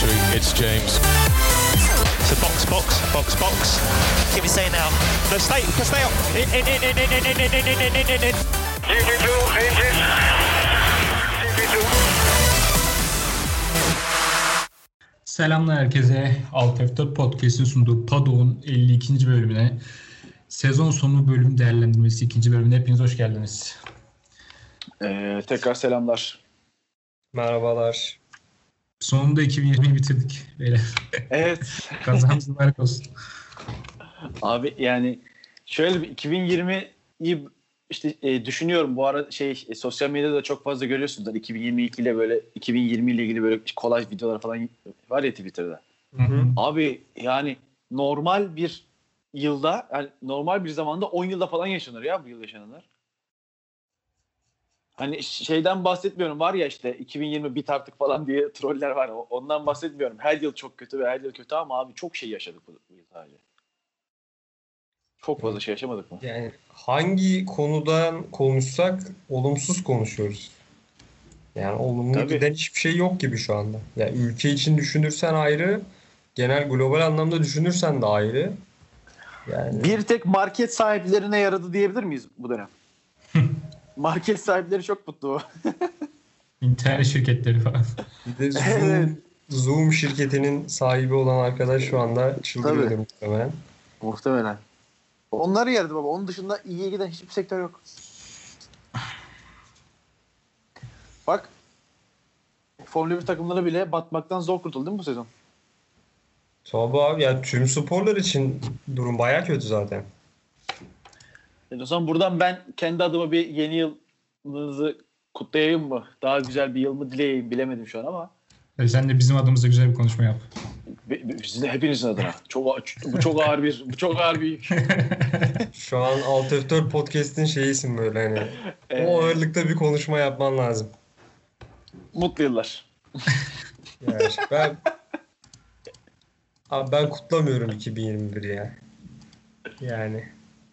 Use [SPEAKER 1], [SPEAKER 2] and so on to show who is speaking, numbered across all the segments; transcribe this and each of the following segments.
[SPEAKER 1] victory. It's James.
[SPEAKER 2] So box. Give me say now. No, stay up. In.
[SPEAKER 3] GP2, engine. GP2.
[SPEAKER 4] Selamlar herkese. Alt F4 Podcast'in sunduğu Paddock'un 52. bölümüne, sezon sonu bölüm değerlendirmesi 2. bölümüne hepiniz hoş geldiniz.
[SPEAKER 5] Tekrar selamlar.
[SPEAKER 6] Merhabalar.
[SPEAKER 4] Sonunda 2020'yi bitirdik beyler.
[SPEAKER 5] Evet.
[SPEAKER 4] Kazamız mübarek olsun.
[SPEAKER 5] Abi yani şöyle bir 2020'yi işte düşünüyorum bu ara sosyal medyada da çok fazla görüyorsunuz. 2022 ile böyle 2020 ile ilgili böyle kolaj videolar falan var ya Twitter'da.
[SPEAKER 4] Hı-hı.
[SPEAKER 5] Abi yani normal bir yılda, yani normal bir zamanda 10 yılda falan yaşanır ya bu yıl yaşananlar. Hani şeyden bahsetmiyorum, var ya işte 2020 bit artık falan diye troller var. Ondan bahsetmiyorum. Her yıl çok kötü ve her yıl kötü ama abi çok şey yaşadık bu yıl sadece. Çok fazla şey yaşamadık mı?
[SPEAKER 6] Yani hangi konudan konuşsak olumsuz konuşuyoruz. Yani olumlu
[SPEAKER 5] Tabii.
[SPEAKER 6] giden hiçbir şey yok gibi şu anda. Yani ülke için düşünürsen ayrı, genel global anlamda düşünürsen de ayrı. Yani
[SPEAKER 5] Bir tek market sahiplerine yaradı diyebilir miyiz bu dönem? Market sahipleri çok mutlu.
[SPEAKER 4] İnternet şirketleri falan.
[SPEAKER 6] bir de Zoom şirketinin sahibi olan arkadaş şu anda çıldırıyordur muhtemelen.
[SPEAKER 5] Muhtemelen. Onları yaradı baba. Onun dışında iyiye giden hiçbir sektör yok. Bak, Formula 1 takımları bile batmaktan zor kurtuldu değil mi bu sezon?
[SPEAKER 6] Tabii abi, yani tüm sporlar için durum bayağı kötü zaten.
[SPEAKER 5] O zaman buradan ben kendi adıma bir yeni yılınızı kutlayayım mı? Daha güzel bir yıl mı dileyeyim, bilemedim şu an ama.
[SPEAKER 4] Sen de bizim adımızda güzel bir konuşma yap.
[SPEAKER 5] Sizin hepinizin adına. Bu çok ağır bir yük.
[SPEAKER 6] Şu an Alt F4 Podcast'in şeyisin böyle hani. O ağırlıkta bir konuşma yapman lazım.
[SPEAKER 5] Mutlu yıllar.
[SPEAKER 6] Yani ben kutlamıyorum 2021 ya. Yani.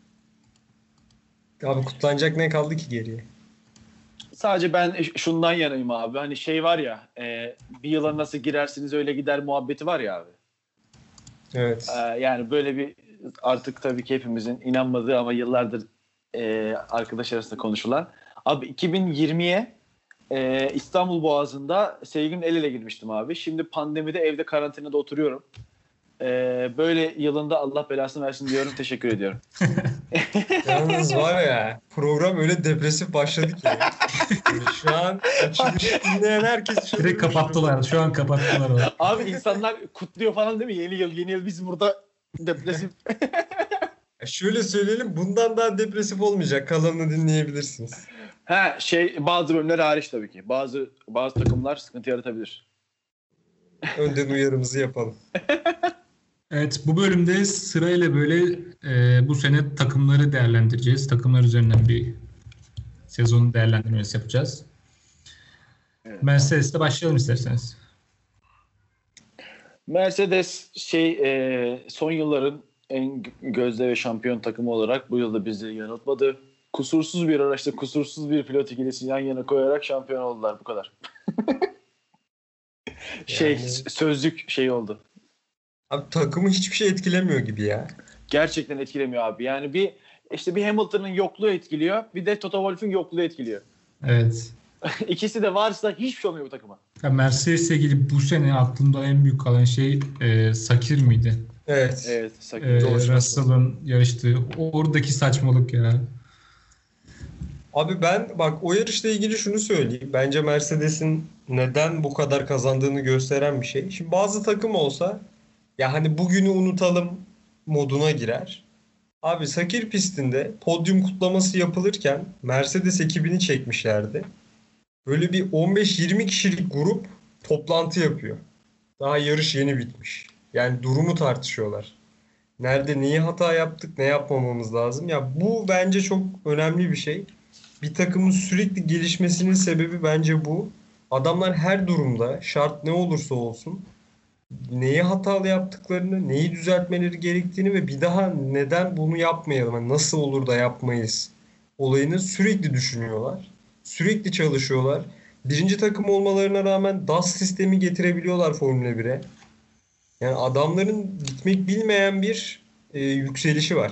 [SPEAKER 6] Abi kutlanacak ne kaldı ki geriye?
[SPEAKER 5] Sadece ben şundan yanayım abi. Hani şey var ya, bir yıla nasıl girersiniz öyle gider muhabbeti var ya abi.
[SPEAKER 6] Evet.
[SPEAKER 5] Yani böyle bir, artık tabii ki hepimizin inanmadığı ama yıllardır arkadaş arasında konuşulan. Abi 2020'ye İstanbul Boğazı'nda Sevgim'le el ele girmiştim abi. Şimdi pandemide evde karantinada oturuyorum. Böyle yılında Allah belasını versin diyorum. Teşekkür ediyorum.
[SPEAKER 6] Yalnız var ya, program öyle depresif başladı ki. Şu an açılışı dinleyen herkes çıldırmış.
[SPEAKER 4] Direkt kapattılar. Şu an kapattılar.
[SPEAKER 5] Abi insanlar kutluyor falan değil mi? Yeni yıl biz burada depresif.
[SPEAKER 6] Şöyle söyleyelim, bundan daha depresif olmayacak. Kalanını dinleyebilirsiniz.
[SPEAKER 5] Bazı bölümler hariç tabii ki. Bazı takımlar sıkıntı yaratabilir.
[SPEAKER 6] Önden uyarımızı yapalım.
[SPEAKER 4] Evet, bu bölümde sırayla böyle bu sene takımları değerlendireceğiz. Takımlar üzerinden bir sezon değerlendirmesi yapacağız.
[SPEAKER 5] Evet.
[SPEAKER 4] Mercedes'te başlayalım isterseniz.
[SPEAKER 5] Mercedes son yılların en gözde ve şampiyon takımı olarak bu yılda bizi yanıltmadı. Kusursuz bir araçta kusursuz bir pilot ikilisi yan yana koyarak şampiyon oldular, bu kadar. Sözlük oldu.
[SPEAKER 6] Abi takımı hiçbir şey etkilemiyor gibi ya.
[SPEAKER 5] Gerçekten etkilemiyor abi. Yani bir Hamilton'ın yokluğu etkiliyor. Bir de Toto Wolff'un yokluğu etkiliyor.
[SPEAKER 4] Evet.
[SPEAKER 5] İkisi de varsa hiçbir şey olmuyor bu takıma.
[SPEAKER 4] Ya Mercedes'le ilgili bu sene aklımda en büyük kalan şey Sakir miydi?
[SPEAKER 6] Evet.
[SPEAKER 5] Evet.
[SPEAKER 4] Russell'ın yarıştığı oradaki saçmalık ya.
[SPEAKER 6] Abi ben bak, o yarışla ilgili şunu söyleyeyim. Bence Mercedes'in neden bu kadar kazandığını gösteren bir şey. Şimdi bazı takım olsa ya hani bugünü unutalım moduna girer. Abi Sakir pistinde podyum kutlaması yapılırken Mercedes ekibini çekmişlerdi. Böyle bir 15-20 kişilik grup toplantı yapıyor. Daha yarış yeni bitmiş. Yani durumu tartışıyorlar. Nerede neyi hata yaptık, ne yapmamamız lazım. Ya bu bence çok önemli bir şey. Bir takımın sürekli gelişmesinin sebebi bence bu. Adamlar her durumda, şart ne olursa olsun, neyi hatalı yaptıklarını, neyi düzeltmeleri gerektiğini ve bir daha neden bunu yapmayalım, yani nasıl olur da yapmayız olayını sürekli düşünüyorlar. Sürekli çalışıyorlar. birinci takım olmalarına rağmen DAS sistemi getirebiliyorlar Formula 1'e. Yani adamların gitmek bilmeyen bir yükselişi var.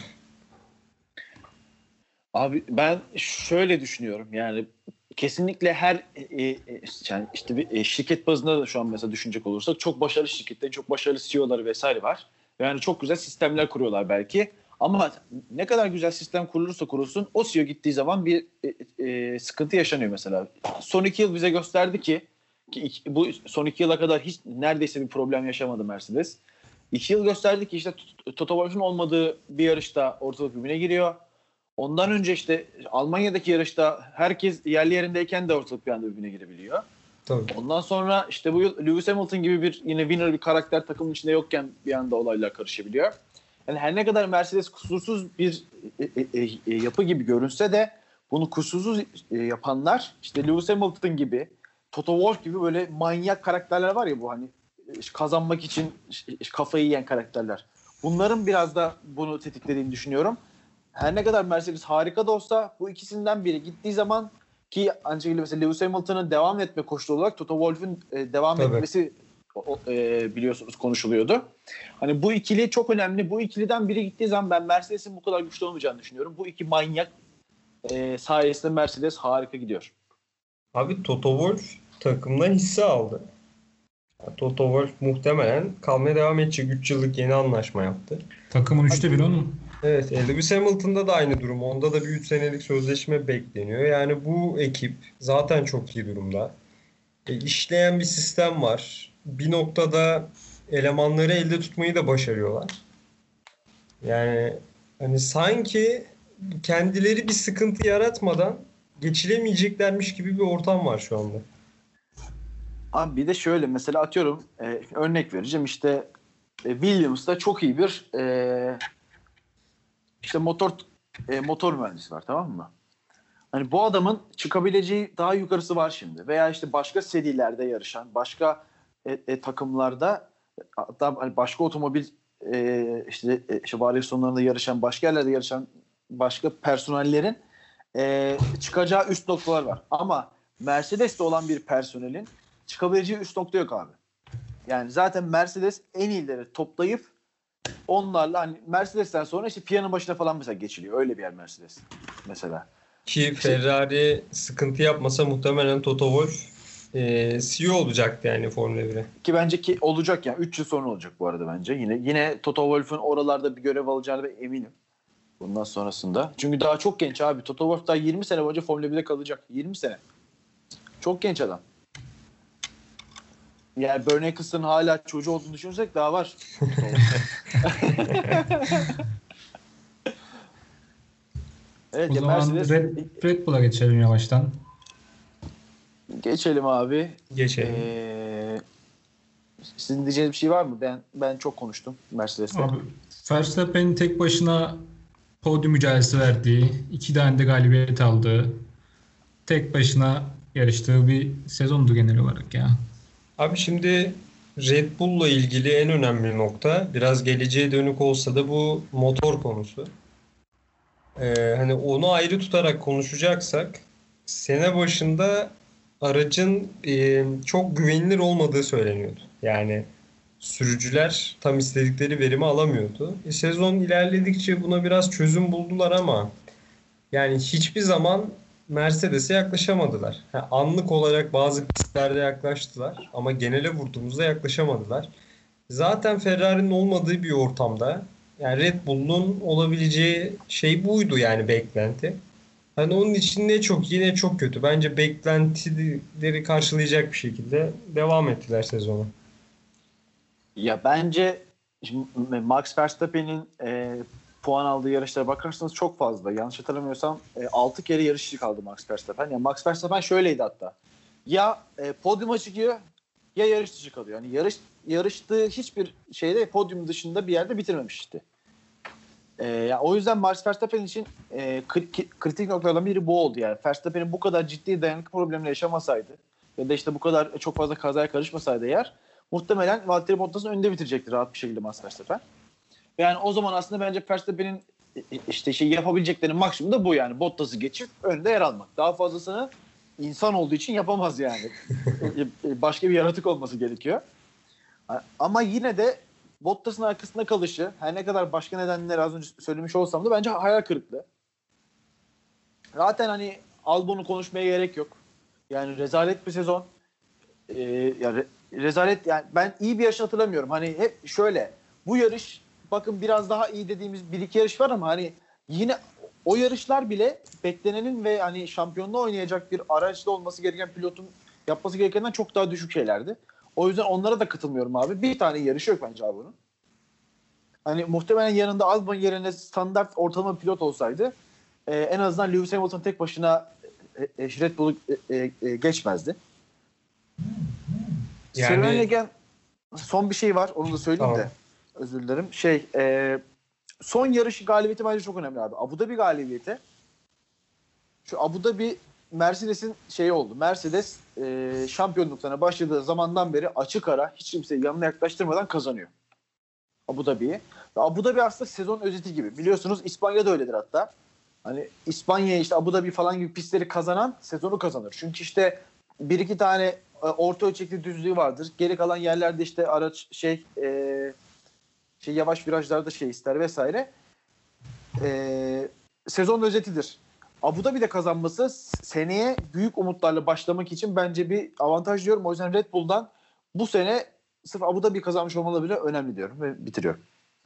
[SPEAKER 5] Abi ben şöyle düşünüyorum, yani kesinlikle her yani işte bir şirket bazında da şu an mesela düşünecek olursak çok başarılı şirketlerin çok başarılı CEO'ları vesaire var. Yani çok güzel sistemler kuruyorlar belki. Ama ne kadar güzel sistem kurulursa kurulsun o CEO gittiği zaman bir sıkıntı yaşanıyor mesela. Son 2 yıl bize gösterdi ki bu son 2 yıla kadar hiç neredeyse bir problem yaşamadı Mercedes. 2 yıl gösterdi ki işte Toto Wolff'un olmadığı bir yarışta ortalık birbirine giriyor. Ondan önce işte Almanya'daki yarışta herkes yerli yerindeyken de ortalık bir anda birbirine girebiliyor.
[SPEAKER 6] Tabii.
[SPEAKER 5] Ondan sonra işte bu yıl Lewis Hamilton gibi bir yine winner bir karakter takımın içinde yokken bir anda olaylar karışabiliyor. Yani her ne kadar Mercedes kusursuz bir yapı gibi görünse de bunu kusursuz yapanlar işte Lewis Hamilton gibi, Toto Wolff gibi böyle manyak karakterler var ya, bu hani kazanmak için kafayı yiyen karakterler. Bunların biraz da bunu tetiklediğini düşünüyorum. Her ne kadar Mercedes harika da olsa bu ikisinden biri gittiği zaman, ki ancak mesela Lewis Hamilton'ın devam etme koşulu olarak Toto Wolff'un devam etmesi biliyorsunuz konuşuluyordu. Hani bu ikili çok önemli. Bu ikiliden biri gittiği zaman ben Mercedes'in bu kadar güçlü olmayacağını düşünüyorum. Bu iki manyak sayesinde Mercedes harika gidiyor.
[SPEAKER 6] Abi Toto Wolff takımdan hisse aldı. Toto Wolff muhtemelen kalmaya devam edecek. 3 yıllık yeni anlaşma yaptı.
[SPEAKER 4] Takımın 1/3 onun.
[SPEAKER 6] Evet, Lewis Hamilton'da da aynı durum. Onda da bir 3 senelik sözleşme bekleniyor. Yani bu ekip zaten çok iyi durumda. İşleyen bir sistem var. Bir noktada elemanları elde tutmayı da başarıyorlar. Yani hani sanki kendileri bir sıkıntı yaratmadan geçilemeyeceklermiş gibi bir ortam var şu anda.
[SPEAKER 5] Abi bir de şöyle mesela atıyorum örnek vereceğim, işte Williams'da çok iyi bir işte motor mühendisi var, tamam mı? Hani bu adamın çıkabileceği daha yukarısı var şimdi. Veya işte başka serilerde yarışan, başka takımlarda, hatta hani başka otomobil işte varyasyonlarında yarışan, başka yerlerde yarışan başka personellerin çıkacağı üst noktalar var. Ama Mercedes'te olan bir personelin çıkabileceği üst nokta yok abi. Yani zaten Mercedes en iyileri toplayıp onlarla, hani Mercedes'ten sonra işte piyanın başına falan mesela geçiliyor. Öyle bir yer Mercedes mesela.
[SPEAKER 6] Ki Ferrari sıkıntı yapmasa muhtemelen Toto Wolff CEO olacaktı yani Formula 1'e.
[SPEAKER 5] Ki bence ki olacak yani 3 yıl sonra olacak bu arada bence. Yine Toto Wolff'un oralarda bir görev alacağını ben eminim. Bundan sonrasında. Çünkü daha çok genç abi. Toto Wolff daha 20 sene boyunca Formula 1'de kalacak. 20 sene. Çok genç adam. Yani Bernie Eccleston'ın hala çocuğu olduğunu düşünürsek daha var. Evet,
[SPEAKER 4] O
[SPEAKER 5] ya
[SPEAKER 4] zaman
[SPEAKER 5] Mercedes...
[SPEAKER 4] Red Bull'a geçelim yavaştan.
[SPEAKER 5] Geçelim abi.
[SPEAKER 6] Geçelim.
[SPEAKER 5] Sizin diyeceğiniz bir şey var mı? Ben çok konuştum Mercedes'te.
[SPEAKER 4] Abi Verstappen'in tek başına podyum mücadelesi verdiği, 2 tane de galibiyet aldığı, tek başına yarıştığı bir sezondu genel olarak ya.
[SPEAKER 6] Abi şimdi Red Bull'la ilgili en önemli nokta, biraz geleceğe dönük olsa da bu motor konusu. Hani onu ayrı tutarak konuşacaksak, sene başında aracın çok güvenilir olmadığı söyleniyordu. Yani sürücüler tam istedikleri verimi alamıyordu. Sezon ilerledikçe buna biraz çözüm buldular ama yani hiçbir zaman Mercedes'e yaklaşamadılar. Anlık olarak bazı pistlerde yaklaştılar ama genele vurduğumuzda yaklaşamadılar. Zaten Ferrari'nin olmadığı bir ortamda yani Red Bull'un olabileceği şey buydu, yani beklenti. Hani onun için ne çok iyi ne çok kötü. Bence beklentileri karşılayacak bir şekilde devam ettiler sezonu.
[SPEAKER 5] Ya bence Max Verstappen'in puan aldığı yarışlara bakarsanız çok fazla. Yanlış hatırlamıyorsam 6 kere yarışçı kaldı Max Verstappen. Yani Max Verstappen şöyleydi hatta. Ya podyuma çıkıyor ya yarış dışı kalıyor. Yani yarıştığı hiçbir şeyde podyum dışında bir yerde bitirmemişti. Yani o yüzden Max Verstappen için kritik noktalardan biri bu oldu yani. Verstappen'in bu kadar ciddi dayanıklı problemle yaşamasaydı ya da işte bu kadar çok fazla kazaya karışmasaydı eğer, muhtemelen Valtteri Bottas'ın önünde bitirecekti rahat bir şekilde Max Verstappen. Yani o zaman aslında bence Verstappen'in işte yapabileceklerinin maksimum da bu yani. Bottas'ı geçip önde yer almak. Daha fazlasını insan olduğu için yapamaz yani. Başka bir yaratık olması gerekiyor. Ama yine de Bottas'ın arkasında kalışı, her ne kadar başka nedenleri az önce söylemiş olsam da bence hayal kırıklığı. Zaten hani Albon'u konuşmaya gerek yok. Yani rezalet bir sezon. Yani rezalet, yani ben iyi bir yarış hatırlamıyorum. Hani hep şöyle, bu yarış bakın biraz daha iyi dediğimiz bir iki yarış var ama hani yine o yarışlar bile beklenenin ve hani şampiyonluğu oynayacak bir araçta olması gereken pilotun yapması gerekenden çok daha düşük şeylerdi. O yüzden onlara da katılmıyorum abi. Bir tane yarışı yok bence abi bunun. Hani muhtemelen yanında Albon yerine standart ortalama bir pilot olsaydı en azından Lewis Hamilton tek başına Red Bull'u geçmezdi. Yani... son bir şey var. Onu da söyleyeyim de. Özür dilerim. Son yarış galibiyeti bence çok önemli abi. Abu Dhabi galibiyeti. Şu Abu Dhabi Mercedes'in şeyi oldu. Mercedes şampiyonluklarına başladığı zamandan beri açık ara hiç kimseyi yanına yaklaştırmadan kazanıyor Abu Dhabi'yi. Abu Dhabi aslında sezon özeti gibi. Biliyorsunuz İspanya'da öyledir hatta. Hani İspanya işte Abu Dhabi falan gibi pistleri kazanan sezonu kazanır. Çünkü işte bir iki tane orta ölçekli düzlüğü vardır. Geri kalan yerlerde işte araç yavaş virajlarda ister vesaire. Sezon özetidir. Abu Dhabi'de kazanması seneye büyük umutlarla başlamak için bence bir avantaj diyorum. O yüzden Red Bull'dan bu sene sırf Abu Dhabi kazanmış olmaları bile önemli diyorum ve bitiriyorum.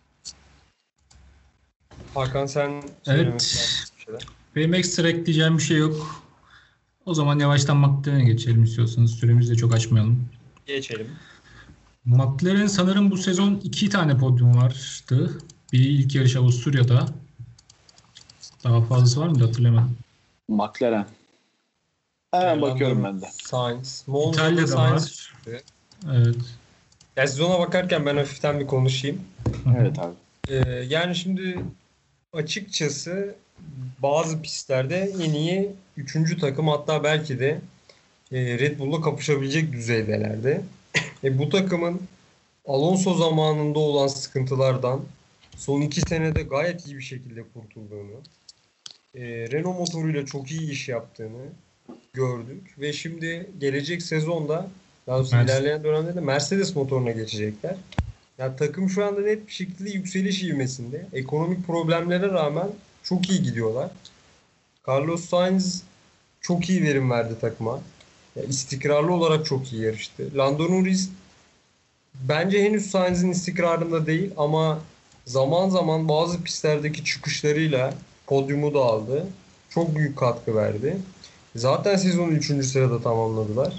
[SPEAKER 6] Hakan sen
[SPEAKER 4] Evet. Benim ekstra ekleyeceğim bir şey yok. O zaman yavaştan McLaren'e geçelim istiyorsanız. Süremizi de çok açmayalım.
[SPEAKER 6] Geçelim.
[SPEAKER 4] McLaren sanırım bu sezon 2 tane podyum vardı. Biri ilk yarış Avusturya'da. Daha fazlası var mı da hatırlamadım.
[SPEAKER 5] McLaren. Hemen bakıyorum ben de.
[SPEAKER 6] Sainz.
[SPEAKER 4] İtalya'da var. Evet.
[SPEAKER 6] Ya sezona bakarken ben hafiften bir konuşayım.
[SPEAKER 5] Evet abi.
[SPEAKER 6] Yani şimdi açıkçası bazı pistlerde en iyi 3. takım, hatta belki de Red Bull'la kapışabilecek düzeydelerde. Bu takımın Alonso zamanında olan sıkıntılardan son 2 senede gayet iyi bir şekilde kurtulduğunu, Renault motoruyla çok iyi iş yaptığını gördük ve şimdi gelecek sezonda, daha doğrusu ilerleyen dönemde de Mercedes motoruna geçecekler. Yani takım şu anda net bir şekilde yükseliş ivmesinde. Ekonomik problemlere rağmen çok iyi gidiyorlar. Carlos Sainz çok iyi verim verdi takıma. Yani istikrarlı olarak çok iyi yarıştı. Lando Norris bence henüz Sainz'in istikrarında değil ama zaman zaman bazı pistlerdeki çıkışlarıyla podyumu da aldı. Çok büyük katkı verdi. Zaten sezonu 3. sırada tamamladılar.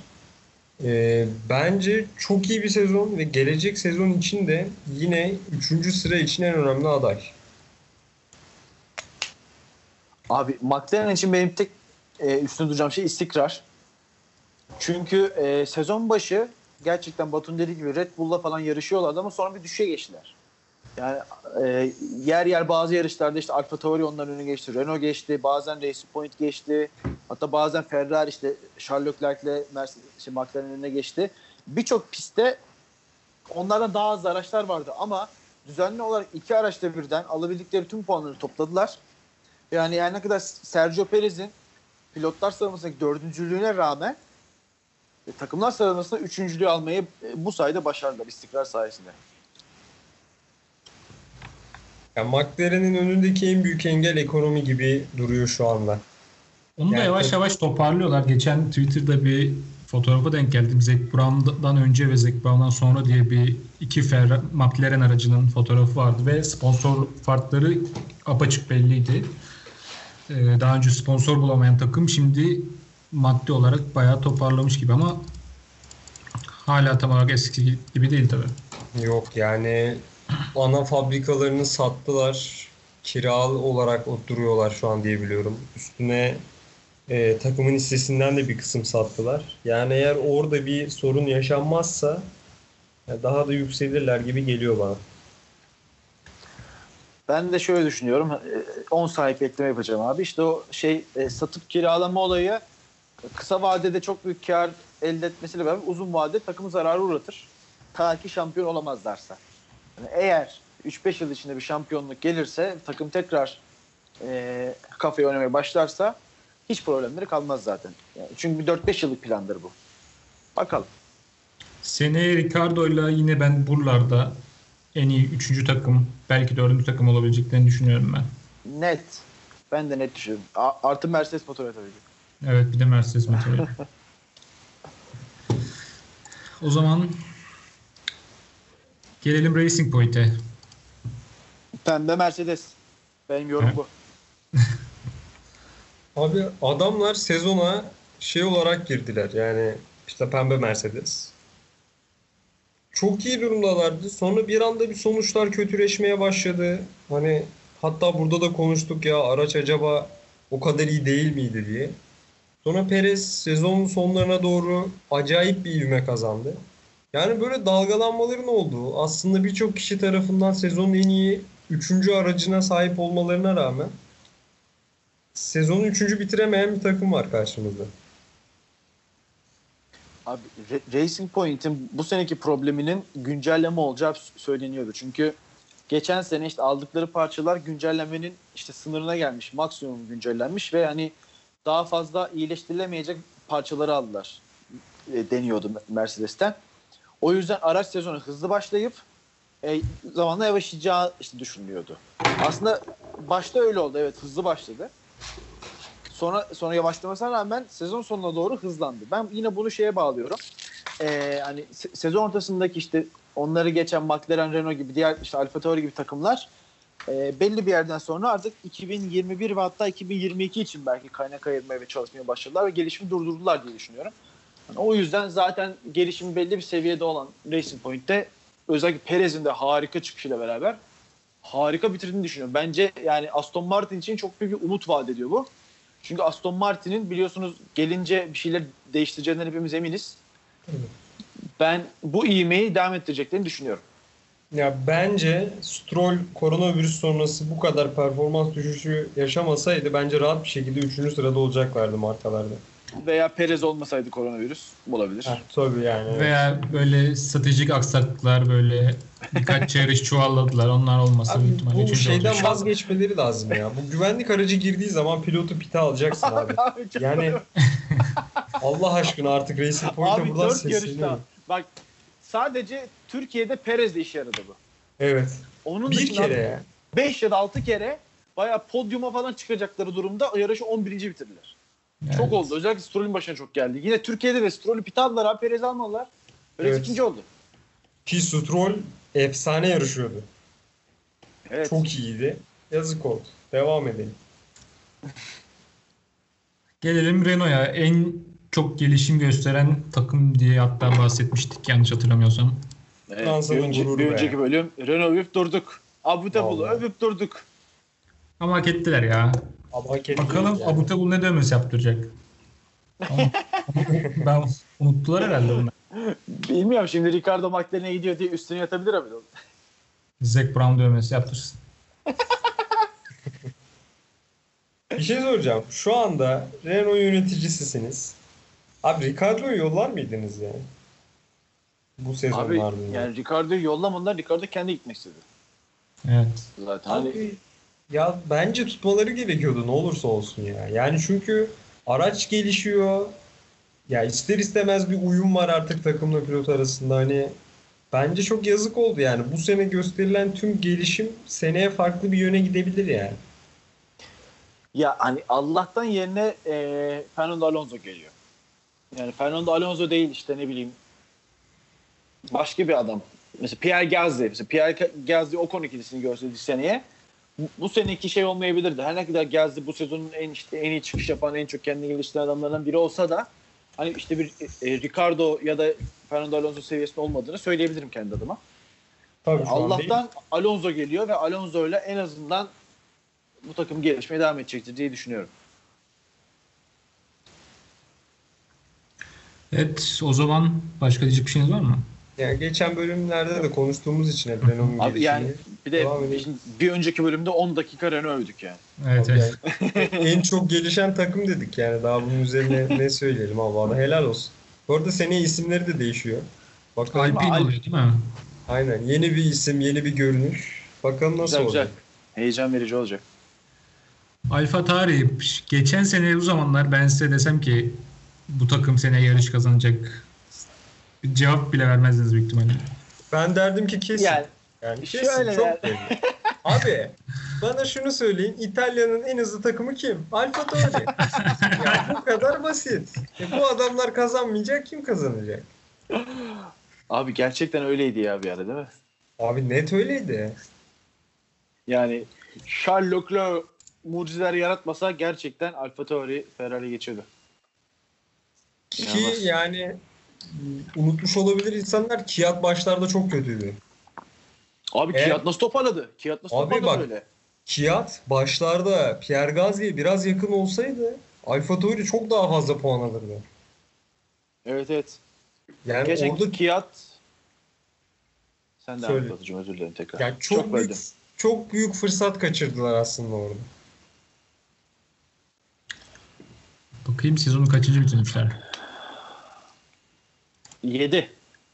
[SPEAKER 6] Bence çok iyi bir sezon ve gelecek sezon için de yine 3. sıra için en önemli aday.
[SPEAKER 5] Abi McLaren için benim tek üstüne duracağım şey istikrar. Çünkü sezon başı gerçekten Batu'nun dediği gibi Red Bull'la falan yarışıyorlardı ama sonra bir düşüşe geçtiler. Yani yer yer bazı yarışlarda işte AlphaTauri onların önüne geçti. Renault geçti. Bazen Racing Point geçti. Hatta bazen Ferrari işte Charles Leclerc'le McLaren'in önüne geçti. Birçok pistte onlardan daha az araçlar vardı ama düzenli olarak 2 araçta birden alabildikleri tüm puanları topladılar. Yani ne kadar Sergio Perez'in pilotlar sıralamasındaki 4.'lüğüne rağmen takımlar sıralamasında 3.'lüğü almayı bu sayede başardılar istikrar sayesinde.
[SPEAKER 6] Yani McLaren'in önündeki en büyük engel ekonomi gibi duruyor şu anda.
[SPEAKER 4] Onu da yavaş yavaş toparlıyorlar. Geçen Twitter'da bir fotoğrafa denk geldim. Zac Brown'dan önce ve Zac Brown'dan sonra diye bir iki McLaren aracının fotoğrafı vardı ve sponsor farkları apaçık belliydi. Daha önce sponsor bulamayan takım şimdi maddi olarak bayağı toparlamış gibi ama hala tam olarak eski gibi değil tabii.
[SPEAKER 6] Yok yani ana fabrikalarını sattılar. Kiralı olarak oturuyorlar şu an diye biliyorum. Üstüne takımın hissesinden de bir kısım sattılar. Yani eğer orada bir sorun yaşanmazsa daha da yükselirler gibi geliyor bana.
[SPEAKER 5] Ben de şöyle düşünüyorum. 10 sahip ekleme yapacağım abi. İşte o satıp kiralama olayı kısa vadede çok büyük kar elde etmesiyle beraber uzun vadede takımı zarara uğratır. Ta ki şampiyon olamazlarsa. Yani eğer 3-5 yıl içinde bir şampiyonluk gelirse takım tekrar kafaya oynamaya başlarsa hiç problemleri kalmaz zaten. Yani çünkü bir 4-5 yıllık plandır bu. Bakalım.
[SPEAKER 4] Seneye Ricardo'yla yine ben buralarda en iyi 3. takım, belki 4. takım olabileceklerini düşünüyorum ben.
[SPEAKER 5] Net. Ben de net düşünüyorum. Artı Mercedes motoru tabii ki.
[SPEAKER 4] Evet, bir de Mercedes motoru. O zaman gelelim Racing Point'e.
[SPEAKER 5] Pembe Mercedes. Benim yorum
[SPEAKER 4] Evet.
[SPEAKER 5] bu.
[SPEAKER 6] Abi adamlar sezona şey olarak girdiler. Yani işte pembe Mercedes. Çok iyi durumdalardı. Sonra bir anda bir sonuçlar kötüleşmeye başladı. Hani hatta burada da konuştuk ya, araç acaba o kadar iyi değil miydi diye. Sonra Perez sezonun sonlarına doğru acayip bir ivme kazandı. Yani böyle dalgalanmaların olduğu, aslında birçok kişi tarafından sezonun en iyi 3. aracına sahip olmalarına rağmen sezonu 3. bitiremeyen bir takım var karşımızda.
[SPEAKER 5] Abi Racing Point'in bu seneki probleminin güncelleme olacağı söyleniyordu. Çünkü geçen sene işte aldıkları parçalar güncellemenin işte sınırına gelmiş, maksimum güncellenmiş ve hani daha fazla iyileştirilemeyecek parçaları aldılar deniyordu Mercedes'ten. O yüzden araç sezonu hızlı başlayıp zamanla yavaşlayacağı işte düşünülüyordu. Aslında başta öyle oldu. Evet, hızlı başladı. Sonra yavaşlamasına rağmen sezon sonuna doğru hızlandı. Ben yine bunu şeye bağlıyorum. Hani sezon ortasındaki işte onları geçen McLaren, Renault gibi diğer işte AlphaTauri gibi takımlar belli bir yerden sonra artık 2021 ve hatta 2022 için belki kaynak ayırmaya ve çalışmaya başladılar ve gelişimi durdurdular diye düşünüyorum. Yani o yüzden zaten gelişimi belli bir seviyede olan Racing Point'te özellikle Perez'in de harika çıkışıyla beraber harika bitirdiğini düşünüyorum. Bence yani Aston Martin için çok büyük bir umut vaat ediyor bu. Çünkü Aston Martin'in biliyorsunuz gelince bir şeyler değiştireceğinden hepimiz eminiz.
[SPEAKER 6] Evet.
[SPEAKER 5] Ben bu ivmeyi devam ettireceklerini düşünüyorum.
[SPEAKER 6] Ya bence Stroll koronavirüs sonrası bu kadar performans düşüşü yaşamasaydı bence rahat bir şekilde 3. sırada olacaklardı markalarda.
[SPEAKER 5] Veya Perez olmasaydı koronavirüs olabilir.
[SPEAKER 6] Tabii yani. Evet.
[SPEAKER 4] Veya böyle stratejik aksaklıklar, böyle birkaç yarış çuvalladılar. Onlar olmasa
[SPEAKER 6] Abi
[SPEAKER 4] büyük ihtimalle
[SPEAKER 6] bu
[SPEAKER 4] 3.
[SPEAKER 6] şeyden
[SPEAKER 4] olacak.
[SPEAKER 6] vazgeçmeleri lazım ya. Bu güvenlik aracı girdiği zaman pilotu pite alacaksın abi. Yani Allah aşkına artık Racing Point'e
[SPEAKER 5] Abi
[SPEAKER 6] buradan
[SPEAKER 5] 4 yarışta.
[SPEAKER 6] sesleniyorum.
[SPEAKER 5] Bak sadece Türkiye'de Perez'de işe yaradı bu.
[SPEAKER 6] Evet.
[SPEAKER 5] Onun
[SPEAKER 6] Bir
[SPEAKER 5] dışında
[SPEAKER 6] kere ya.
[SPEAKER 5] 5 ya da 6 kere bayağı podyuma falan çıkacakları durumda yarışı 11. bitirdiler.
[SPEAKER 4] Evet.
[SPEAKER 5] Çok oldu. Özellikle Stroll'ün başına çok geldi. Yine Türkiye'de de Stroll'ü pit aldılar abi. Perez'i almadılar. Perez
[SPEAKER 6] Evet.
[SPEAKER 5] ikinci oldu.
[SPEAKER 6] Ki Stroll efsane yarışıyordu.
[SPEAKER 5] Evet.
[SPEAKER 6] Çok iyiydi. Yazık oldu. Devam edelim.
[SPEAKER 4] Gelelim Renault'a. En çok gelişim gösteren takım diye hatta bahsetmiştik yanlış hatırlamıyorsam.
[SPEAKER 5] Evet,
[SPEAKER 6] Fransa'nın gururu
[SPEAKER 5] bir
[SPEAKER 6] be.
[SPEAKER 5] önceki bölüm Renault övüp durduk. Abu Dhabi'yi
[SPEAKER 6] Vallahi.
[SPEAKER 5] övüp durduk.
[SPEAKER 4] Ama hak ettiler ya.
[SPEAKER 6] Ama hak ettiler
[SPEAKER 4] Bakalım
[SPEAKER 6] yani.
[SPEAKER 4] Abu Dhabi ne dövmesi yaptıracak. Ben unuttular herhalde bunu.
[SPEAKER 5] Bilmiyorum şimdi Ricardo McLaren'e gidiyor diye üstüne yatabilir abi.
[SPEAKER 4] Zac Brown dövmesi yaptırsın.
[SPEAKER 6] Bir şey soracağım. Şu anda Renault yöneticisisiniz. Abi Ricardo'yu yollar mıydınız ya? Bu sezonun
[SPEAKER 5] Abi
[SPEAKER 6] ardından.
[SPEAKER 5] yani Ricardo'yu yollamadılar. Ricardo kendi gitmek istedi.
[SPEAKER 4] Evet.
[SPEAKER 5] Zaten hani
[SPEAKER 6] Abi ya bence tutmaları gerekiyordu ne olursa olsun ya. Yani çünkü araç gelişiyor. Ya ister istemez bir uyum var artık takımla pilot arasında. Hani bence çok yazık oldu yani. Bu sene gösterilen tüm gelişim seneye farklı bir yöne gidebilir yani.
[SPEAKER 5] ya hani Allah'tan yerine Fernando Alonso geliyor. Yani Fernando Alonso değil işte ne bileyim başka bir adam. Mesela Pierre Gasly. Mesela Pierre Gasly Ocon ikilisini görseydik seneye bu seneki şey olmayabilirdi. Her ne kadar Gasly bu sezonun en iyi çıkış yapan, en çok kendini geliştiren adamlardan biri olsa da hani işte bir Ricardo ya da Fernando Alonso seviyesinde olmadığını söyleyebilirim kendi adıma.
[SPEAKER 6] Tabii şu an değil.
[SPEAKER 5] Allah'tan Alonso geliyor ve Alonso ile en azından bu takım gelişmeye devam edecektir diye düşünüyorum.
[SPEAKER 4] Evet, o zaman başka diyecek bir şeyiniz var mı?
[SPEAKER 6] Yani geçen bölümlerde de konuştuğumuz için hep Renault'un
[SPEAKER 5] Abi
[SPEAKER 6] gelişimini.
[SPEAKER 5] yani bir de
[SPEAKER 6] Devam edelim.
[SPEAKER 5] şimdi bir önceki bölümde 10 dakika Renault övdük yani.
[SPEAKER 4] Evet,
[SPEAKER 6] Abi
[SPEAKER 4] evet.
[SPEAKER 6] yani en çok gelişen takım dedik yani. Daha bunun üzerine ne söyleyelim abi, valla helal olsun. Bu arada seneye isimleri de değişiyor. Bakalım.
[SPEAKER 4] Alpine oluyor değil mi?
[SPEAKER 6] Aynen. Yeni bir isim, yeni bir görünüş. Bakalım nasıl
[SPEAKER 5] Güzel,
[SPEAKER 6] olacak.
[SPEAKER 5] güzel. Heyecan verici olacak.
[SPEAKER 4] AlphaTauri geçen sene bu zamanlar ben size desem ki bu takım seneye yarış kazanacak, bir cevap bile vermezdiniz büyük ihtimalle.
[SPEAKER 6] Ben derdim ki kesin.
[SPEAKER 5] Yani
[SPEAKER 6] kesin
[SPEAKER 5] şöyle
[SPEAKER 6] çok
[SPEAKER 5] der.
[SPEAKER 6] belli. Abi bana şunu söyleyin. İtalya'nın en hızlı takımı kim? AlphaTauri. Ya bu kadar basit. Bu adamlar kazanmayacak, kim kazanacak?
[SPEAKER 5] Abi gerçekten öyleydi ya bir ara değil mi?
[SPEAKER 6] Abi net öyleydi.
[SPEAKER 5] Yani Charles Leclerc mucizeler yaratmasa gerçekten AlphaTauri Ferrari geçiyordu.
[SPEAKER 6] Ki
[SPEAKER 5] İnanılmaz.
[SPEAKER 6] yani unutmuş olabilir insanlar, Kvyat başlarda çok kötüydü.
[SPEAKER 5] Abi Kvyat nasıl toparladı? Kvyat nasıl
[SPEAKER 6] Abi
[SPEAKER 5] toparladı
[SPEAKER 6] bak,
[SPEAKER 5] öyle?
[SPEAKER 6] Kvyat başlarda Pierre Gasly'ye biraz yakın olsaydı AlphaTauri çok daha fazla puan alırdı.
[SPEAKER 5] Evet.
[SPEAKER 6] Yani
[SPEAKER 5] Gerçekten
[SPEAKER 6] orada
[SPEAKER 5] Kvyat sen de
[SPEAKER 6] Söyle.
[SPEAKER 5] anlatıcım, özür dilerim tekrar.
[SPEAKER 6] yani
[SPEAKER 5] böldüm.
[SPEAKER 6] çok büyük fırsat kaçırdılar aslında orada.
[SPEAKER 4] Bakayım sezonu kaçıncı bitirmişler?
[SPEAKER 5] 7.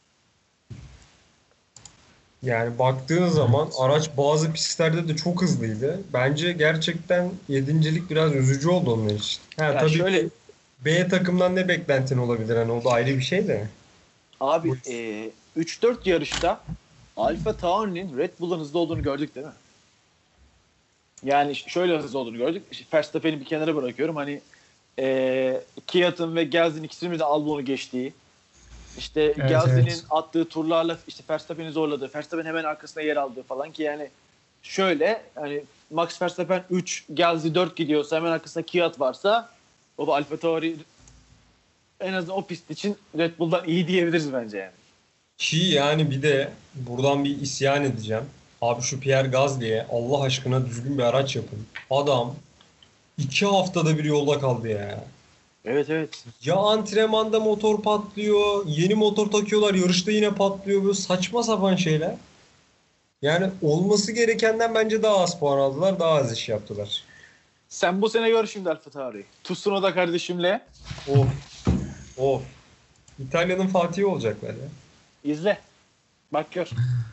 [SPEAKER 6] Yani baktığın zaman araç bazı pistlerde de çok hızlıydı. Bence gerçekten 7.lik biraz üzücü oldu onlar için.
[SPEAKER 5] Ya
[SPEAKER 6] Tabii
[SPEAKER 5] şöyle-
[SPEAKER 6] ki B takımdan ne beklentin olabilir? Hani o da ayrı bir şey de.
[SPEAKER 5] Abi
[SPEAKER 6] Buyur.
[SPEAKER 5] 3-4 yarışta AlphaTauri'nin Red Bull'un hızlı olduğunu gördük değil mi? Yani şöyle hızlı olduğunu gördük. Verstappen'i bir kenara bırakıyorum. Hani Kvyat'ın ve Gasly'nin ikisinin de Albon'u geçtiği. İşte
[SPEAKER 4] Evet,
[SPEAKER 5] Gasly'nin
[SPEAKER 4] evet.
[SPEAKER 5] attığı turlarla işte Verstappen'i zorladığı, Verstappen hemen arkasına yer aldığı falan ki yani şöyle hani Max Verstappen 3, Gasly 4 gidiyorsa hemen arkasında Kvyat varsa o AlphaTauri en azından o pist için Red Bull'dan iyi diyebiliriz bence yani.
[SPEAKER 6] Ki yani bir de buradan bir isyan edeceğim. Abi şu Pierre Gasly'ye Allah aşkına düzgün bir araç yapın. Adam 2 haftada bir yolda kaldı ya.
[SPEAKER 5] Evet.
[SPEAKER 6] Ya antrenmanda motor patlıyor, yeni motor takıyorlar, yarışta yine patlıyor. Böyle saçma sapan şeyler. Yani olması gerekenden bence daha az puan aldılar, daha az iş yaptılar.
[SPEAKER 5] Sen bu sene gör şimdi AlphaTauri. Tsunoda kardeşimle
[SPEAKER 6] Of. İtalya'nın Fatih'i olacaklar ya.
[SPEAKER 5] izle. Bak gör.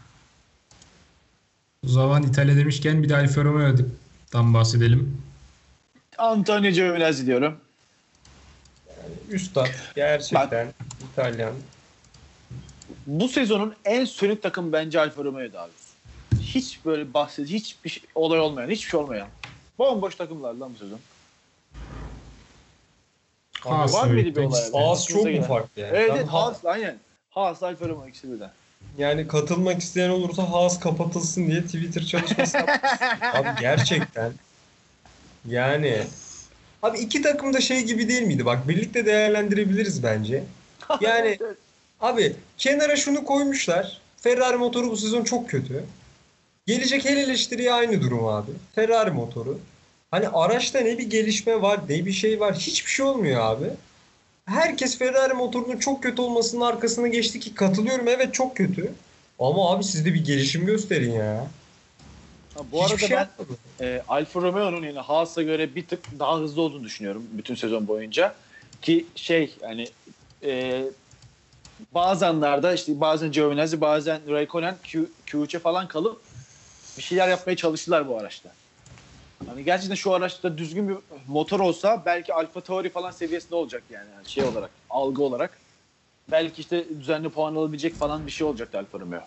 [SPEAKER 4] O zaman İtalya demişken bir de Alfa Romeo'dan bahsedelim.
[SPEAKER 5] Antonio Giovinazzi diyorum.
[SPEAKER 6] Üstad gerçekten İtalyan.
[SPEAKER 5] Bu sezonun en sönük takım bence Alfa Romeo'ydu abi. Hiç böyle hiçbir şey, olay olmayan, hiçbir şey olmayan. Bomboş takımlar lan bu sezon.
[SPEAKER 4] Haas
[SPEAKER 5] var
[SPEAKER 4] tabii.
[SPEAKER 5] mıydı bir olay?
[SPEAKER 6] Haas çok mu
[SPEAKER 5] gelen.
[SPEAKER 6] farklı yani?
[SPEAKER 5] Evet,
[SPEAKER 6] Ben
[SPEAKER 5] Haas aynen. Haas, Alfa Romeo ikisi birden.
[SPEAKER 6] Yani katılmak isteyen olursa Haas kapatılsın diye Twitter çalışması yapmış. Abi gerçekten. Yani. Abi iki takım da şey gibi değil miydi? Bak birlikte değerlendirebiliriz bence. Yani
[SPEAKER 5] Evet.
[SPEAKER 6] abi kenara şunu koymuşlar. Ferrari motoru bu sezon çok kötü. Gelecek her eleştiriye aynı durum abi. Ferrari motoru. Hani araçta ne bir gelişme var, ne bir şey var. Hiçbir şey olmuyor abi. Herkes Ferrari motorunun çok kötü olmasının arkasına geçti ki katılıyorum. Evet çok kötü. Ama abi siz de bir gelişim gösterin ya.
[SPEAKER 5] Ha, bu arada
[SPEAKER 6] Hiçbir şey
[SPEAKER 5] ben
[SPEAKER 6] yapmadı.
[SPEAKER 5] Alfa Romeo'nun yine Haas'a göre bir tık daha hızlı olduğunu düşünüyorum bütün sezon boyunca. Ki hani bazı anlarda işte bazen Giovinazzi bazen Raikkonen Q3'e falan kalıp bir şeyler yapmaya çalıştılar bu araçta. Hani gerçekten şu araçta düzgün bir motor olsa belki AlphaTauri falan seviyesinde olacak yani şey olarak, algı olarak. Belki işte düzenli puan alabilecek falan bir şey olacaktı Alfa Romeo.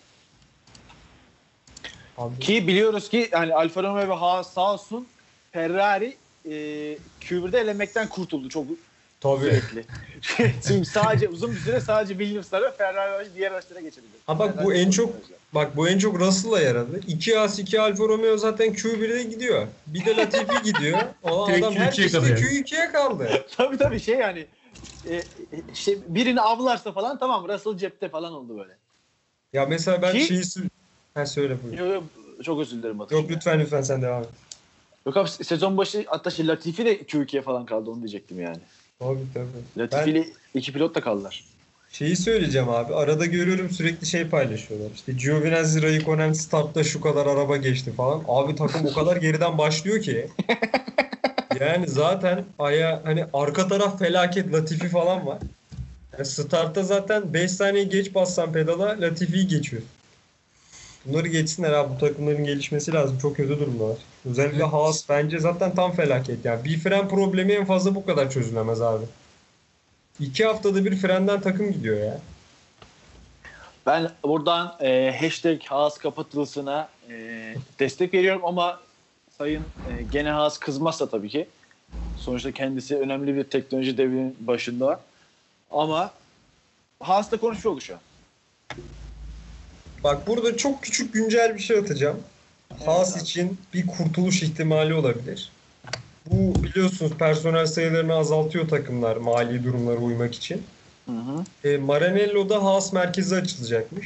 [SPEAKER 6] Abi,
[SPEAKER 5] Ki biliyoruz ki hani Alfa Romeo ve Haas sağ olsun Ferrari Q1'de elenmekten kurtuldu çok
[SPEAKER 6] tabii.
[SPEAKER 5] sürekli. Çünkü sadece uzun bir süre sadece Williams'lar ve Ferrari diğer araçlara geçebildi.
[SPEAKER 6] Ha bak bu
[SPEAKER 5] Ferrari
[SPEAKER 6] en
[SPEAKER 5] çok
[SPEAKER 6] çok bu en çok Russell'a yaradı. 2 Haas 2 Alfa Romeo zaten Q1'e gidiyor. Bir de Latifi gidiyor. O
[SPEAKER 4] Direkt
[SPEAKER 6] adam
[SPEAKER 4] Q2'ye
[SPEAKER 6] herkes de
[SPEAKER 4] kalıyor.
[SPEAKER 6] Q2'ye kaldı.
[SPEAKER 5] Tabii şey yani birini avlarsa falan tamam Russell cepte falan oldu böyle.
[SPEAKER 6] Ya mesela ben
[SPEAKER 5] Ki-
[SPEAKER 6] söyle buyur.
[SPEAKER 5] Yok, çok özür dilerim Batu.
[SPEAKER 6] Yok lütfen sen devam et.
[SPEAKER 5] Yok abi sezon başı hatta Latifi de Q2'ye falan kaldı onu diyecektim yani.
[SPEAKER 6] Tabii.
[SPEAKER 5] Latifi ile iki pilot da kaldılar.
[SPEAKER 6] Şeyi söyleyeceğim abi. Arada görüyorum sürekli şey paylaşıyorlar. İşte Giovinazzi Raikkonen startta şu kadar araba geçti falan. Abi takım o kadar geriden başlıyor ki. Yani zaten hani arka taraf felaket Latifi falan var. Yani startta zaten 5 saniye geç bassan pedala Latifi'yi geçiyor. Bunları geçsinler abi. Bu takımların gelişmesi lazım. Çok kötü durumdalar. Özellikle
[SPEAKER 4] Evet.
[SPEAKER 6] Haas bence zaten tam felaket. Yani bir fren problemi en fazla bu kadar çözülemez abi. 2 haftada bir frenden takım gidiyor ya.
[SPEAKER 5] Ben buradan hashtag Haas kapatılsına destek veriyorum ama sayın gene Haas kızmazsa tabii ki. Sonuçta kendisi önemli bir teknoloji devinin başında. Ama Haas'ta konuşuyor şu an.
[SPEAKER 6] Bak burada çok küçük güncel bir şey atacağım. Haas
[SPEAKER 5] abi.
[SPEAKER 6] için bir kurtuluş ihtimali olabilir. Bu biliyorsunuz personel sayılarını azaltıyor takımlar mali durumlara uymak için.
[SPEAKER 5] Hı hı.
[SPEAKER 6] Maranello'da Haas merkezi açılacakmış.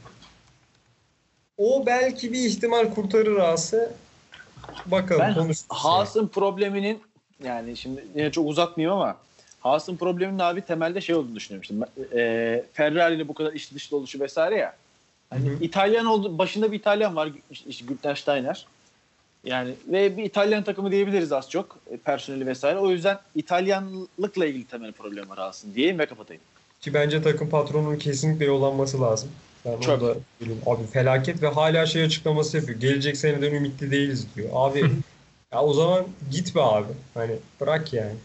[SPEAKER 6] O belki bir ihtimal kurtarır Haas'ı. Bakalım
[SPEAKER 5] Ben
[SPEAKER 6] konuşuruz.
[SPEAKER 5] Haas'ın probleminin yani şimdi yine çok uzatmayayım ama Haas'ın probleminin abi temelde şey olduğunu düşünüyorum. Ferrari ile bu kadar içli dışlı oluşu vesaire ya. Hani İtalyan oldu, başında bir İtalyan var işte Günther Steiner. Yani ve bir İtalyan takımı diyebiliriz az çok personeli vesaire. O yüzden İtalyanlıkla ilgili temel problem var Haas'ın diyeyim ve kapatayım.
[SPEAKER 6] Ki bence takım patronunun kesinlikle yollanması lazım. Ben
[SPEAKER 5] Çok.
[SPEAKER 6] orada bileyim. Abi felaket ve hala şey açıklaması yapıyor. Gelecek seneden ümitli değiliz diyor. Abi ya o zaman gitme abi. Hani bırak yani.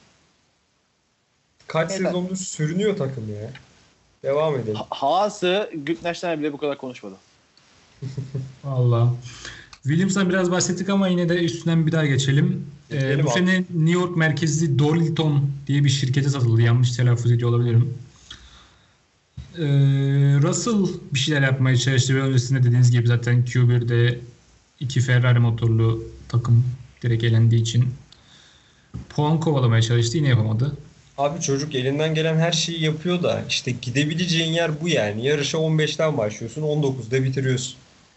[SPEAKER 6] Kaç
[SPEAKER 5] Evet.
[SPEAKER 6] sezondur sürünüyor takım ya. Devam edelim.
[SPEAKER 5] Haas'ı Günther Steiner bile bu kadar konuşmadı.
[SPEAKER 4] Valla. Williams'dan biraz bahsettik ama yine de üstünden bir daha geçelim.
[SPEAKER 6] Geçelim
[SPEAKER 4] Bu
[SPEAKER 6] abi.
[SPEAKER 4] sene New York merkezli Dorilton diye bir şirkete satıldı. Yanlış telaffuz ediyor olabilirim. Russell bir şeyler yapmaya çalıştı ve öncesinde dediğiniz gibi zaten Q1'de 2 Ferrari motorlu takım direkt elendiği için puan kovalamaya çalıştı. Yine yapamadı.
[SPEAKER 6] Abi çocuk elinden gelen her şeyi yapıyor da işte gidebileceğin yer bu yani. Yarışa 15'ten başlıyorsun, 19'da bitiriyorsun.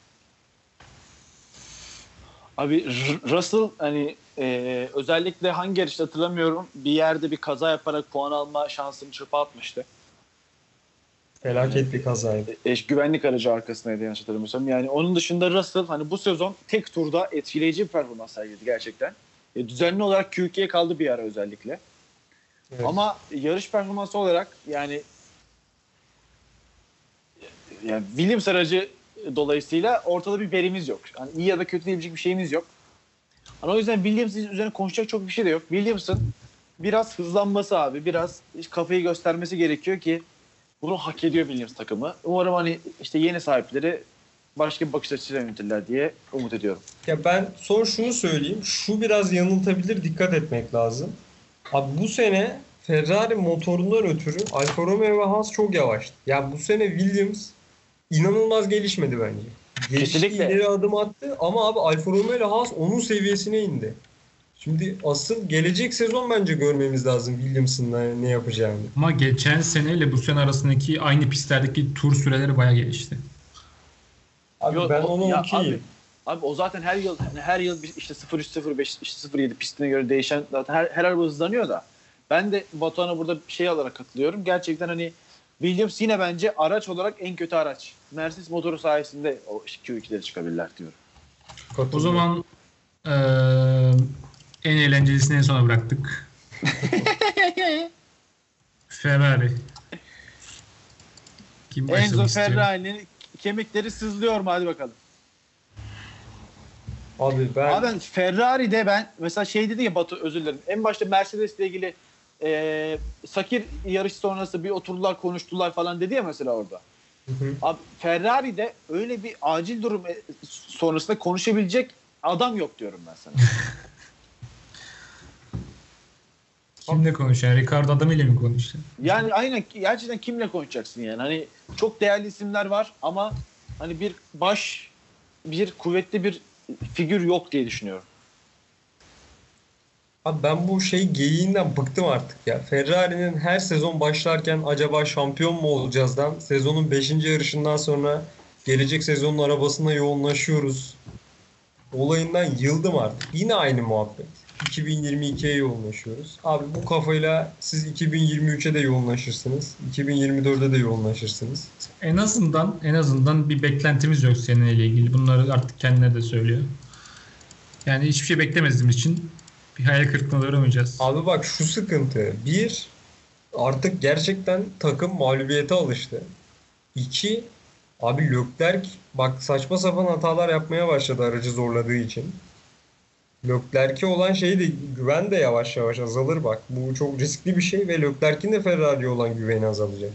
[SPEAKER 5] Abi Russell hani özellikle hangi yarışta hatırlamıyorum bir yerde bir kaza yaparak puan alma şansını çöpe atmıştı.
[SPEAKER 6] Felaket bir kazaydı.
[SPEAKER 5] Güvenlik aracı arkasındaydı yanlış hatırlamıyorsam. Yani onun dışında Russell hani bu sezon tek turda etkileyici bir performans sergiledi gerçekten. Düzenli olarak Q2'ye kaldı bir ara özellikle.
[SPEAKER 6] Evet.
[SPEAKER 5] Ama yarış performansı olarak yani Williams aracı dolayısıyla ortada bir verimiz yok. Yani iyi ya da kötü diyebilecek bir şeyimiz yok. Yani o yüzden Williams'ın üzerine konuşacak çok bir şey de yok. Williams'ın biraz hızlanması abi, biraz kafayı göstermesi gerekiyor ki bunu hak ediyor Williams takımı. Umarım hani işte yeni sahipleri başka bir bakış açısıyla yönetirler diye umut ediyorum.
[SPEAKER 6] Ya ben son şunu söyleyeyim. Şu biraz yanıltabilir, dikkat etmek lazım. Abi bu sene Ferrari motorundan ötürü Alfa Romeo ve Haas çok yavaştı. Ya bu sene Williams inanılmaz gelişmedi bence. Gelişti,
[SPEAKER 5] Kesinlikle.
[SPEAKER 6] ileri adım attı ama abi Alfa Romeo ile Haas onun seviyesine indi. Şimdi asıl gelecek sezon bence görmemiz lazım Williams'ın ne yapacağını.
[SPEAKER 4] Ama geçen seneyle bu sene arasındaki aynı pistlerdeki tur süreleri bayağı gelişti.
[SPEAKER 6] Abi
[SPEAKER 5] Yok,
[SPEAKER 6] ben
[SPEAKER 5] o-
[SPEAKER 6] ona
[SPEAKER 5] ya
[SPEAKER 6] okeyim.
[SPEAKER 5] Abi o zaten her yıl işte 03, 05, işte 07 pistine göre değişen zaten her araba hızlanıyor da. Ben de Batuhan'a burada bir şey alarak katılıyorum. Gerçekten hani Williams yine bence araç olarak en kötü araç. Mercedes motoru sayesinde o Q2'leri çıkabilirler diyorum.
[SPEAKER 4] O zaman en eğlencelisini en sona bıraktık. Ferrari. Kim
[SPEAKER 5] Enzo
[SPEAKER 4] başlamak istiyor?
[SPEAKER 5] Ferrari'nin kemikleri sızlıyor mu? Hadi bakalım.
[SPEAKER 6] Abi ben
[SPEAKER 5] Abi Ferrari'de ben mesela şey dedi ya Batu özür dilerim. En başta Mercedes'le ilgili Sakir yarış sonrası bir oturdular konuştular falan dedi ya mesela orada.
[SPEAKER 6] Hı.
[SPEAKER 5] Abi Ferrari'de öyle bir acil durum sonrasında konuşabilecek adam yok diyorum ben sana.
[SPEAKER 4] Kimle konuşuyor? Ricardo Adam ile mi konuşuyor?
[SPEAKER 5] Yani aynen gerçekten kimle konuşacaksın yani? Hani çok değerli isimler var ama hani bir kuvvetli bir figür yok diye düşünüyorum.
[SPEAKER 6] Abi ben bu geyiğinden bıktım artık ya. Ferrari'nin her sezon başlarken acaba şampiyon mu olacağızdan sezonun 5. yarışından sonra gelecek sezonun arabasına yoğunlaşıyoruz olayından yıldım artık. Yine aynı muhabbet. 2022'ye yoğunlaşıyoruz. Abi bu kafayla siz 2023'e de yoğunlaşırsınız. 2024'e de yoğunlaşırsınız.
[SPEAKER 4] En azından bir beklentimiz yok seninle ilgili. Bunları artık kendine de söylüyor. Yani hiçbir şey beklemediğimiz için bir hayal kırıklığına uğramayacağız.
[SPEAKER 6] Abi bak şu sıkıntı. 1, artık gerçekten takım mağlubiyete alıştı. 2, Abi Leclerc bak saçma sapan hatalar yapmaya başladı aracı zorladığı için. Leclerc'e olan şey de güven de yavaş yavaş azalır bak. Bu çok riskli bir şey ve Leclerc'in de Ferrari'ye olan güveni azalacak.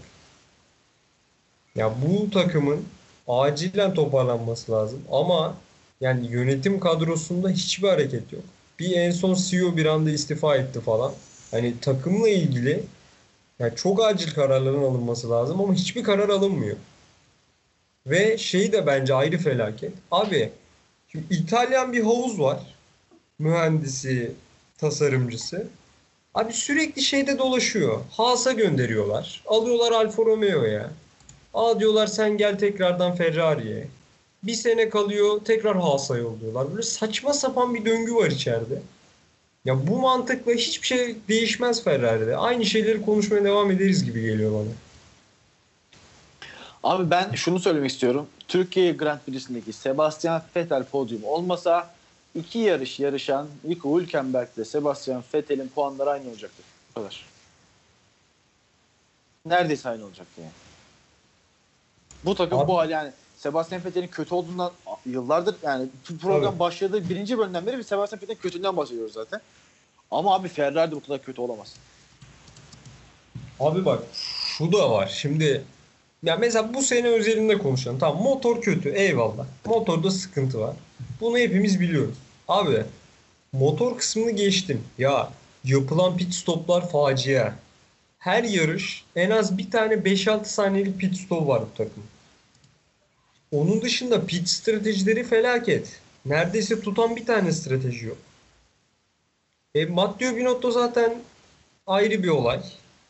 [SPEAKER 6] Ya bu takımın acilen toparlanması lazım ama yani yönetim kadrosunda hiçbir hareket yok. Bir en son CEO bir anda istifa etti falan. Hani takımla ilgili yani çok acil kararların alınması lazım ama hiçbir karar alınmıyor. Ve şey de bence ayrı felaket. Abi şimdi İtalyan bir havuz var. Mühendisi, tasarımcısı. Abi sürekli şeyde dolaşıyor. Haas'a gönderiyorlar. Alıyorlar Alfa Romeo'ya. Aa diyorlar sen gel tekrardan Ferrari'ye. Bir sene kalıyor tekrar Haas'a yolluyorlar. Böyle saçma sapan bir döngü var içeride. Ya bu mantıkla hiçbir şey değişmez Ferrari'de. Aynı şeyleri konuşmaya devam ederiz gibi geliyor bana.
[SPEAKER 5] Abi ben şunu söylemek istiyorum. Türkiye Grand Prix'sindeki Sebastian Vettel podyumu olmasa 2 yarış yarışan Nico Hülkenberg ile Sebastian Vettel'in puanları aynı olacaktı. Bu kadar. Neredeyse aynı olacaktı yani. Bu takım
[SPEAKER 6] Abi,
[SPEAKER 5] bu hal yani. Sebastian Vettel'in kötü olduğundan yıllardır yani program
[SPEAKER 6] tabii.
[SPEAKER 5] başladığı birinci bölümden beri bir Sebastian Vettel'in kötülüğünden bahsediyoruz zaten. Ama abi Ferrari de bu kadar kötü olamaz.
[SPEAKER 6] Abi bak şu da var. Şimdi ya mesela bu sene özelinde konuşalım. Tamam motor kötü eyvallah. Motorda sıkıntı var. Bunu hepimiz biliyoruz. Abi motor kısmını geçtim. Ya yapılan pit stoplar facia. Her yarış en az bir tane 5-6 saniyelik pit stop var bu takım. Onun dışında pit stratejileri felaket. Neredeyse tutan bir tane strateji yok. Matteo Binotto zaten ayrı bir olay.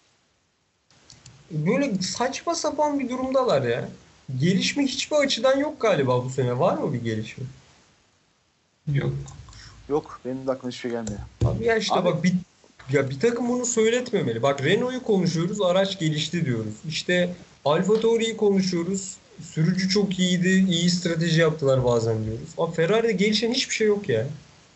[SPEAKER 6] Böyle saçma sapan bir durumdalar ya. Gelişme hiçbir açıdan yok galiba bu sene. Var mı bir gelişme?
[SPEAKER 4] Yok.
[SPEAKER 5] Yok benim de aklıma hiçbir şey gelmiyor.
[SPEAKER 6] Abi ya işte
[SPEAKER 5] Abi-
[SPEAKER 6] bak bir takım bunu söyletmemeli. Bak Renault'u konuşuyoruz, araç gelişti diyoruz. İşte AlphaTauri'yi konuşuyoruz. Sürücü çok iyiydi, iyi strateji yaptılar bazen diyoruz. Abi Ferrari'de gelişen hiçbir şey yok ya.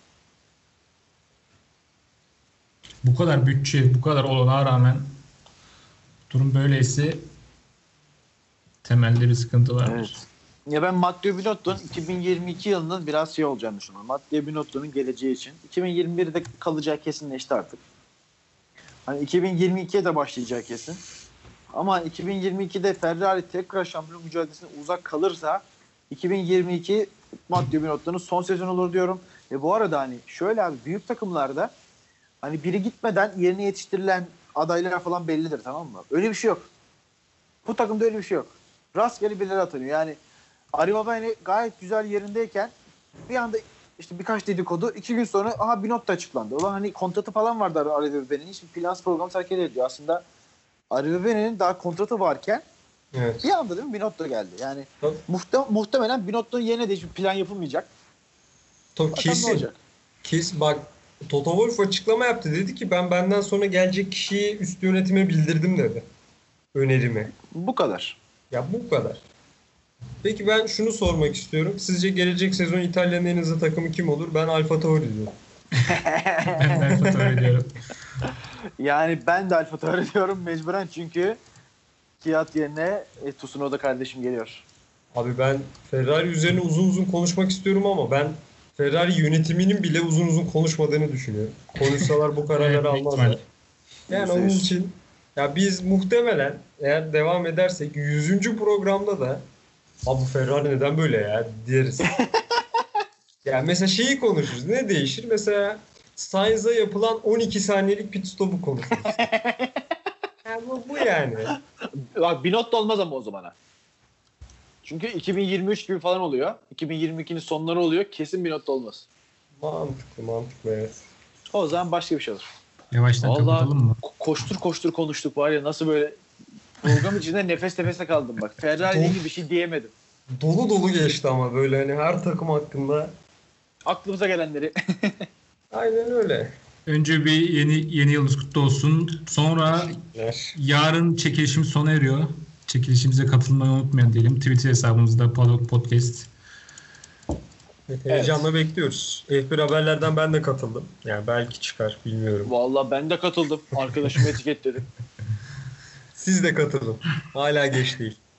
[SPEAKER 4] Bu kadar bütçe, bu kadar olanağa rağmen durum böyleyse temelde bir sıkıntı var.
[SPEAKER 5] Evet. Ya ben Matteo Binotto'nun 2022 yılının biraz şey olacağını düşünüyorum. Matteo Binotto'nun geleceği için. 2021'de kalacağı kesinleşti artık. Hani 2022'ye de başlayacağı kesin. Ama 2022'de Ferrari tekrar şampiyon mücadelesine uzak kalırsa 2022 Matteo Binotto'nun son sezon olur diyorum. Ve bu arada hani şöyle abi büyük takımlarda hani biri gitmeden yerine yetiştirilen adaylar falan bellidir, tamam mı? Öyle bir şey yok. Bu takımda öyle bir şey yok. Rastgele birileri atanıyor. Yani Arriva gayet güzel yerindeyken bir anda işte birkaç dedikodu 2 gün sonra aha Binotto açıklandı. Ulan hani kontratı falan vardı Arriva'nın. Hiçbir plans programı hareket ediyor. Aslında Arriva'nın daha kontratı varken
[SPEAKER 6] Evet.
[SPEAKER 5] bir anda değil mi Binotto geldi. Yani
[SPEAKER 6] Tabii.
[SPEAKER 5] muhtemelen Binotto'nun yerine de hiçbir plan yapılmayacak. Bakalım ne
[SPEAKER 6] Kesin.
[SPEAKER 5] olacak?
[SPEAKER 6] Bak Toto Wolff açıklama yaptı. Dedi ki ben benden sonra gelecek kişiyi üst yönetime bildirdim dedi. Önerimi.
[SPEAKER 5] Bu kadar.
[SPEAKER 6] Ya bu kadar. Peki ben şunu sormak istiyorum. Sizce gelecek sezon İtalya'nın en hızlı takımı kim olur? Ben AlphaTauri diyorum.
[SPEAKER 4] Ben de fotoğraf ediyorum.
[SPEAKER 5] Yani ben de AlphaTauri diyorum mecburen çünkü Kvyat yerine Tsunoda kardeşim geliyor.
[SPEAKER 6] Abi ben Ferrari üzerine uzun uzun konuşmak istiyorum ama ben Ferrari yönetiminin bile uzun uzun konuşmadığını düşünüyorum. Konuşsalar bu kararları
[SPEAKER 4] Evet, büyük
[SPEAKER 6] almazlar.
[SPEAKER 4] ihtimal.
[SPEAKER 6] Yani onun için ya biz muhtemelen eğer devam edersek 100. programda da bu Ferrari neden böyle ya deriz. Yani mesela şeyi konuşuruz. Ne değişir? Mesela Sainz'a yapılan 12 saniyelik pit stop'u konuşuruz. Yani bu yani.
[SPEAKER 5] Bak Binotto olmaz ama o zamana. Çünkü 2023 gibi falan oluyor. 2022'nin sonları oluyor. Kesin Binotto olmaz.
[SPEAKER 6] Mantıklı evet.
[SPEAKER 5] O zaman başka bir şey olur.
[SPEAKER 4] Yavaştan
[SPEAKER 5] Vallahi
[SPEAKER 4] kapatalım mı?
[SPEAKER 5] koştur konuştuk var ya, nasıl böyle program içinde nefes nefese kaldım bak. Ferrari'yle ilgili bir şey diyemedim.
[SPEAKER 6] Dolu dolu geçti ama böyle hani her takım hakkında.
[SPEAKER 5] Aklımıza gelenleri.
[SPEAKER 6] Aynen öyle.
[SPEAKER 4] Önce bir yeni yılınız kutlu olsun. Sonra yarın çekilişimiz sona eriyor. Çekilişimize katılmayı unutmayın diyelim. Twitter hesabımızda Paddock Podcast.
[SPEAKER 6] Heyecanla bekliyoruz. F1 haberlerden ben de katıldım. Yani belki çıkar bilmiyorum.
[SPEAKER 5] Vallahi ben de katıldım. Arkadaşımı etiketledim.
[SPEAKER 6] Siz de katılın. Hala geç değil.